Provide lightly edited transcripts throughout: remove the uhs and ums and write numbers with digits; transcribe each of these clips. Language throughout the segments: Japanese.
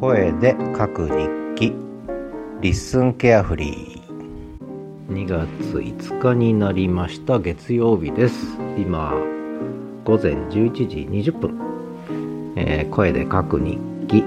声で書く日記リッスンケアフリー。2月5日になりました。月曜日です。今午前11時20分、声で書く日記、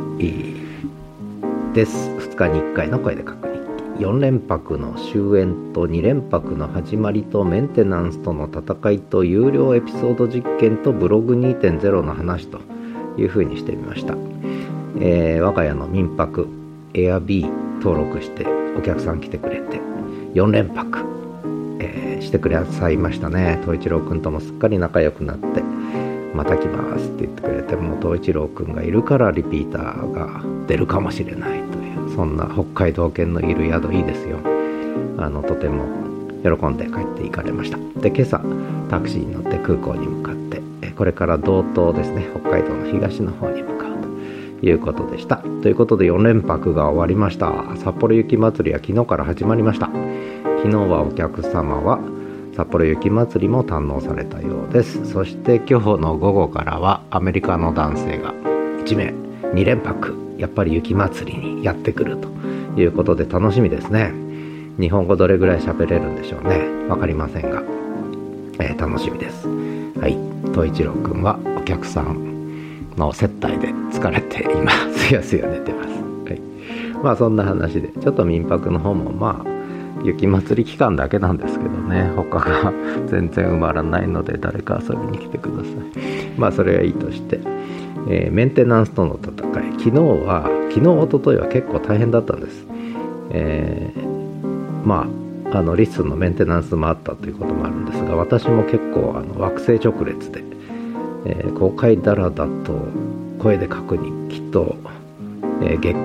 です。2日に1回の声で書く日記。4連泊の終焉と2連泊の始まりとメンテナンスとの戦いと有料エピソード実験とブログ 2.0 の話というふうにしてみました。我が家の民泊エアビー登録してお客さん来てくれて4連泊、してくださいましたね。東一郎くんともすっかり仲良くなってまた来ますって言ってくれて、もう東一郎くんがいるからリピーターが出るかもしれないという、そんな北海道犬のいる宿いいですよ。とても喜んで帰っていかれました。で、今朝タクシーに乗って空港に向かってこれから道東ですね、北海道の東の方に向かうということでした。ということで4連泊が終わりました。札幌雪まつりは昨日から始まりました。昨日はお客様は札幌雪まつりも堪能されたようです。そして今日の午後からはアメリカの男性が1名2連泊、やっぱり雪まつりにやってくるということで楽しみですね。日本語どれぐらい喋れるんでしょうね。わかりませんが、楽しみです。はい、東一郎くんはお客さんの接待で疲れて今すやすや寝てます。はい、まあそんな話でちょっと民泊の方もまあ雪まつり期間だけなんですけどね、他が全然埋まらないので誰か遊びに来てください。まあそれはいいとして、メンテナンスとの戦い、昨日一昨日は結構大変だったんです。まあリッスンのメンテナンスもあったということもあるんですが、私も結構惑星直列で、公開ダラダと声で書く日記と、月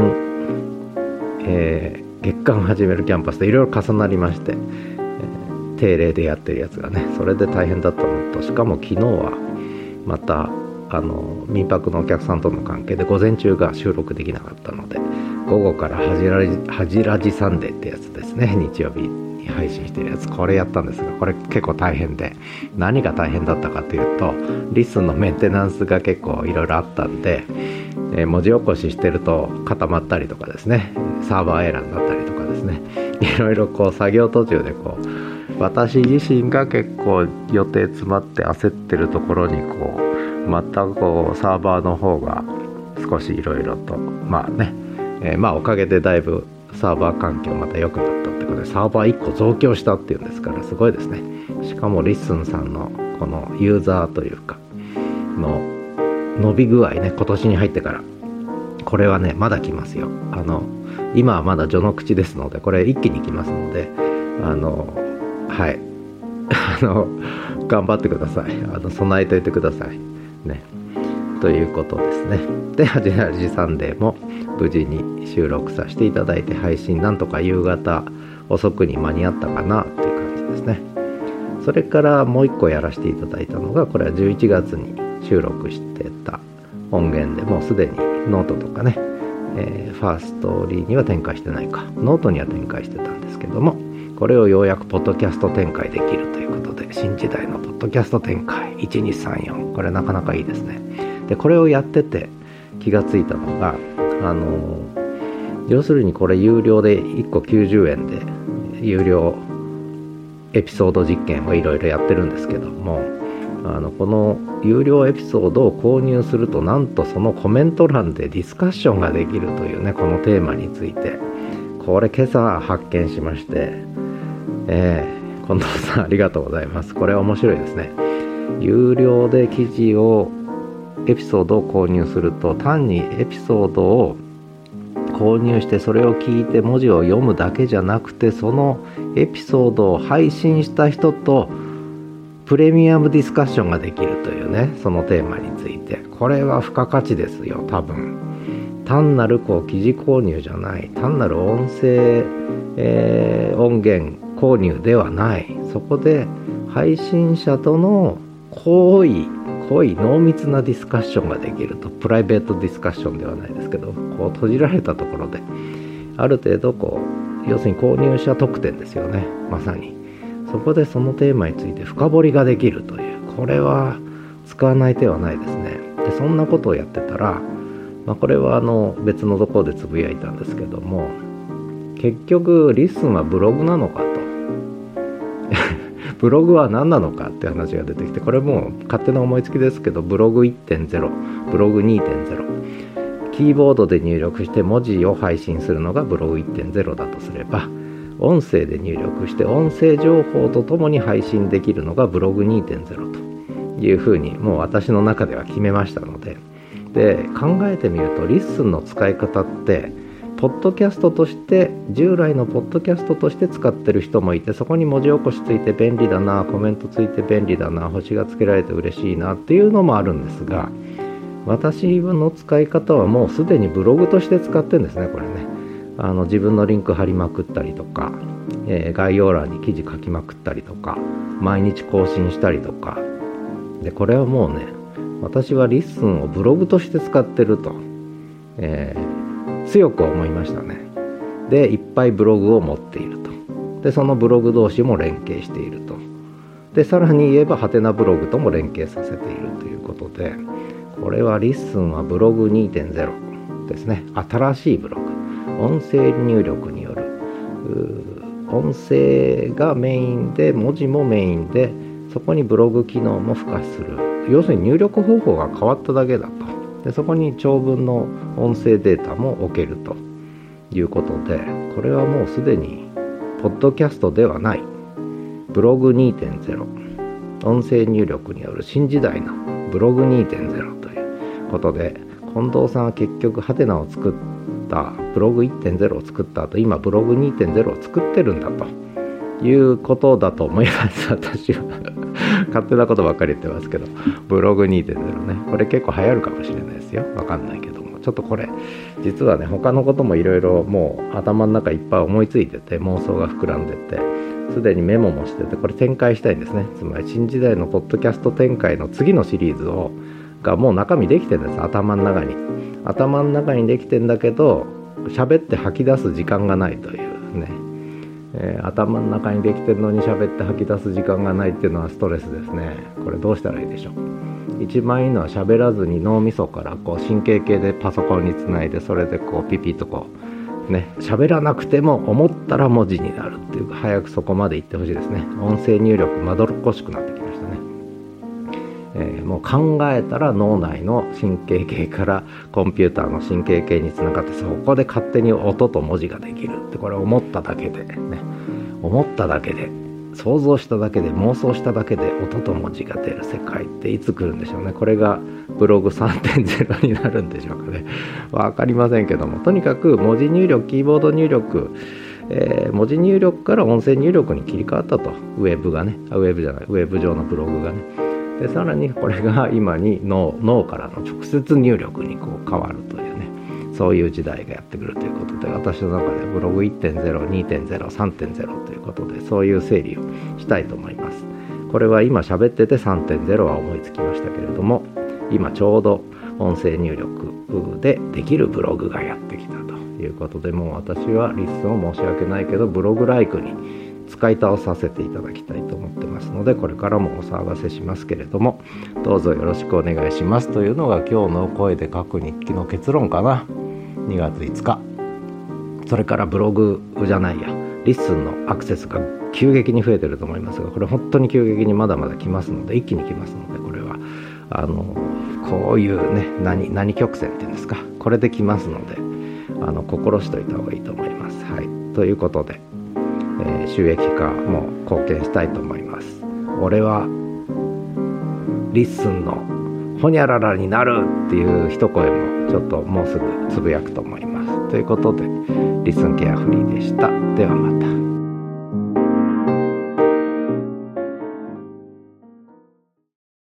間始めるキャンパスでいろいろ重なりまして、定例でやってるやつがね、それで大変だったのと、しかも昨日はまた民泊のお客さんとの関係で午前中が収録できなかったので、午後からハジラジサンデーってやつですね、日曜日に配信してるやつ、これやったんですが、これ結構大変で、何が大変だったかというと、リスンのメンテナンスが結構いろいろあったんで、文字起こししてると固まったりとかですね、サーバーエラーになったりとかですね、いろいろこう作業途中でこう私自身が結構予定詰まって焦ってるところにこうまたこうサーバーの方が少しいろいろとまあね、まあおかげでだいぶサーバー環境また良くなったってことで、サーバー1個増強したっていうんですからすごいですね。しかもリッスンさんのこのユーザーというかの伸び具合ね、今年に入ってからこれはねまだ来ますよ。今はまだ序の口ですので、これ一気に来ますので、はい頑張ってください。備えておいてくださいね、ということですね。で、ハジラジサンデーも無事に収録させていただいて、配信なんとか夕方遅くに間に合ったかなっていう感じですね。それからもう一個やらせていただいたのが、これは11月に収録してた音源で、もうすでにノートとかね、ファーストリーには展開してないか、ノートには展開してたんですけども、これをようやくポッドキャスト展開できるということで、新時代のポッドキャスト展開1234、これなかなかいいですね。でこれをやってて気がついたのが、要するにこれ有料で1個90円で有料エピソード実験をいろいろやってるんですけども、この有料エピソードを購入すると、なんとそのコメント欄でディスカッションができるというね、このテーマについて、これ今朝発見しまして、近藤さんありがとうございます。これ面白いですね。有料で記事をエピソードを購入すると、単にエピソードを購入してそれを聞いて文字を読むだけじゃなくて、そのエピソードを配信した人とプレミアムディスカッションができるというね、そのテーマについて、これは付加価値ですよ。多分単なるこう記事購入じゃない、単なる音声、音源購入ではない、そこで配信者との濃い濃密なディスカッションができると。プライベートディスカッションではないですけど、こう閉じられたところである程度こう、要するに購入者特典ですよね、まさにそこでそのテーマについて深掘りができるという、これは使わない手はないですね。でそんなことをやってたら、 これは別のところでつぶやいたんですけども、結局リッスンはブログなのかとブログは何なのかって話が出てきて、これもう勝手な思いつきですけど、ブログ 1.0 ブログ 2.0、 キーボードで入力して文字を配信するのがブログ 1.0 だとすれば、音声で入力して音声情報とともに配信できるのがブログ 2.0 というふうにもう私の中では決めましたので、考えてみるとリッスンの使い方ってポッドキャストとして、従来のポッドキャストとして使ってる人もいて、そこに文字起こしついて便利だな、コメントついて便利だな、星がつけられて嬉しいなっていうのもあるんですが、私の使い方はもうすでにブログとして使ってるんですね。これね、自分のリンク貼りまくったりとか、概要欄に記事書きまくったりとか、毎日更新したりとかで、これはもうね、私はリッスンをブログとして使ってると、強く思いましたね。でいっぱいブログを持っていると。でそのブログ同士も連携していると。でさらに言えばハテナブログとも連携させているということで、これはリッスンはブログ 2.0 ですね。新しいブログ、音声入力による音声がメインで、文字もメインで、そこにブログ機能も付加する。要するに入力方法が変わっただけだと。でそこに長文の音声データも置けるということで、これはもうすでにポッドキャストではないブログ 2.0、 音声入力による新時代のブログ 2.0 ということで、近藤さんは結局ハテナを作ったブログ 1.0 を作った後、今ブログ 2.0 を作ってるんだということだと思います私は勝手なことばっかり言ってますけど、ブログ 2.0 ね、これ結構流行るかもしれないですよ。わかんないけども、ちょっとこれ実はね、他のこともいろいろもう頭の中いっぱい思いついてて、妄想が膨らんでて、すでにメモもしてて、これ展開したいんですね。つまり新時代のポッドキャスト展開の次のシリーズがもう中身できてるんです。頭の中にできてんだけど、喋って吐き出す時間がないというね、頭の中にできてるのに喋って吐き出す時間がないっていうのはストレスですね。これどうしたらいいでしょう。一番いいのは喋らずに脳みそからこう神経系でパソコンにつないで、それでこうピピッとこうね、喋らなくても思ったら文字になるっていうか、早くそこまで行ってほしいですね。音声入力まどろっこしくなってきましたね。もう考えたら脳内の神経系からコンピューターの神経系につながって、そこで勝手に音と文字ができるって、これ思っただけでね、思っただけで、想像しただけで、妄想しただけで音と文字が出る世界っていつ来るんでしょうね。これがブログ 3.0 になるんでしょうかね。わかりませんけども、とにかく文字入力、キーボード入力、文字入力から音声入力に切り替わったと。ウェブ上のブログがね。でさらにこれが今に脳からの直接入力にこう変わるというね、そういう時代がやってくるということで、私の中でブログ 1.0、2.0、3.0 ということで、そういう整理をしたいと思います。これは今喋ってて 3.0 は思いつきましたけれども、今ちょうど音声入力でできるブログがやってきたということで、もう私はリッスンを申し訳ないけどブログライクに使い倒させていただきたいと思ってますので、これからもお騒がせしますけれども、どうぞよろしくお願いしますというのが今日の声で書く日記の結論かな。2月5日。それからブログじゃないや、リッスンのアクセスが急激に増えてると思いますが、これ本当に急激にまだまだ来ますので、一気に来ますので、これはこういうね、何曲線っていうんですか、これで来ますので、心しといた方がいいと思います。はい、ということで、収益化も貢献したいと思います。俺はリッスンのホニャララになるっていう一声もちょっともうすぐつぶやくと思います。ということで、リッスンケアフリーでした。ではまた。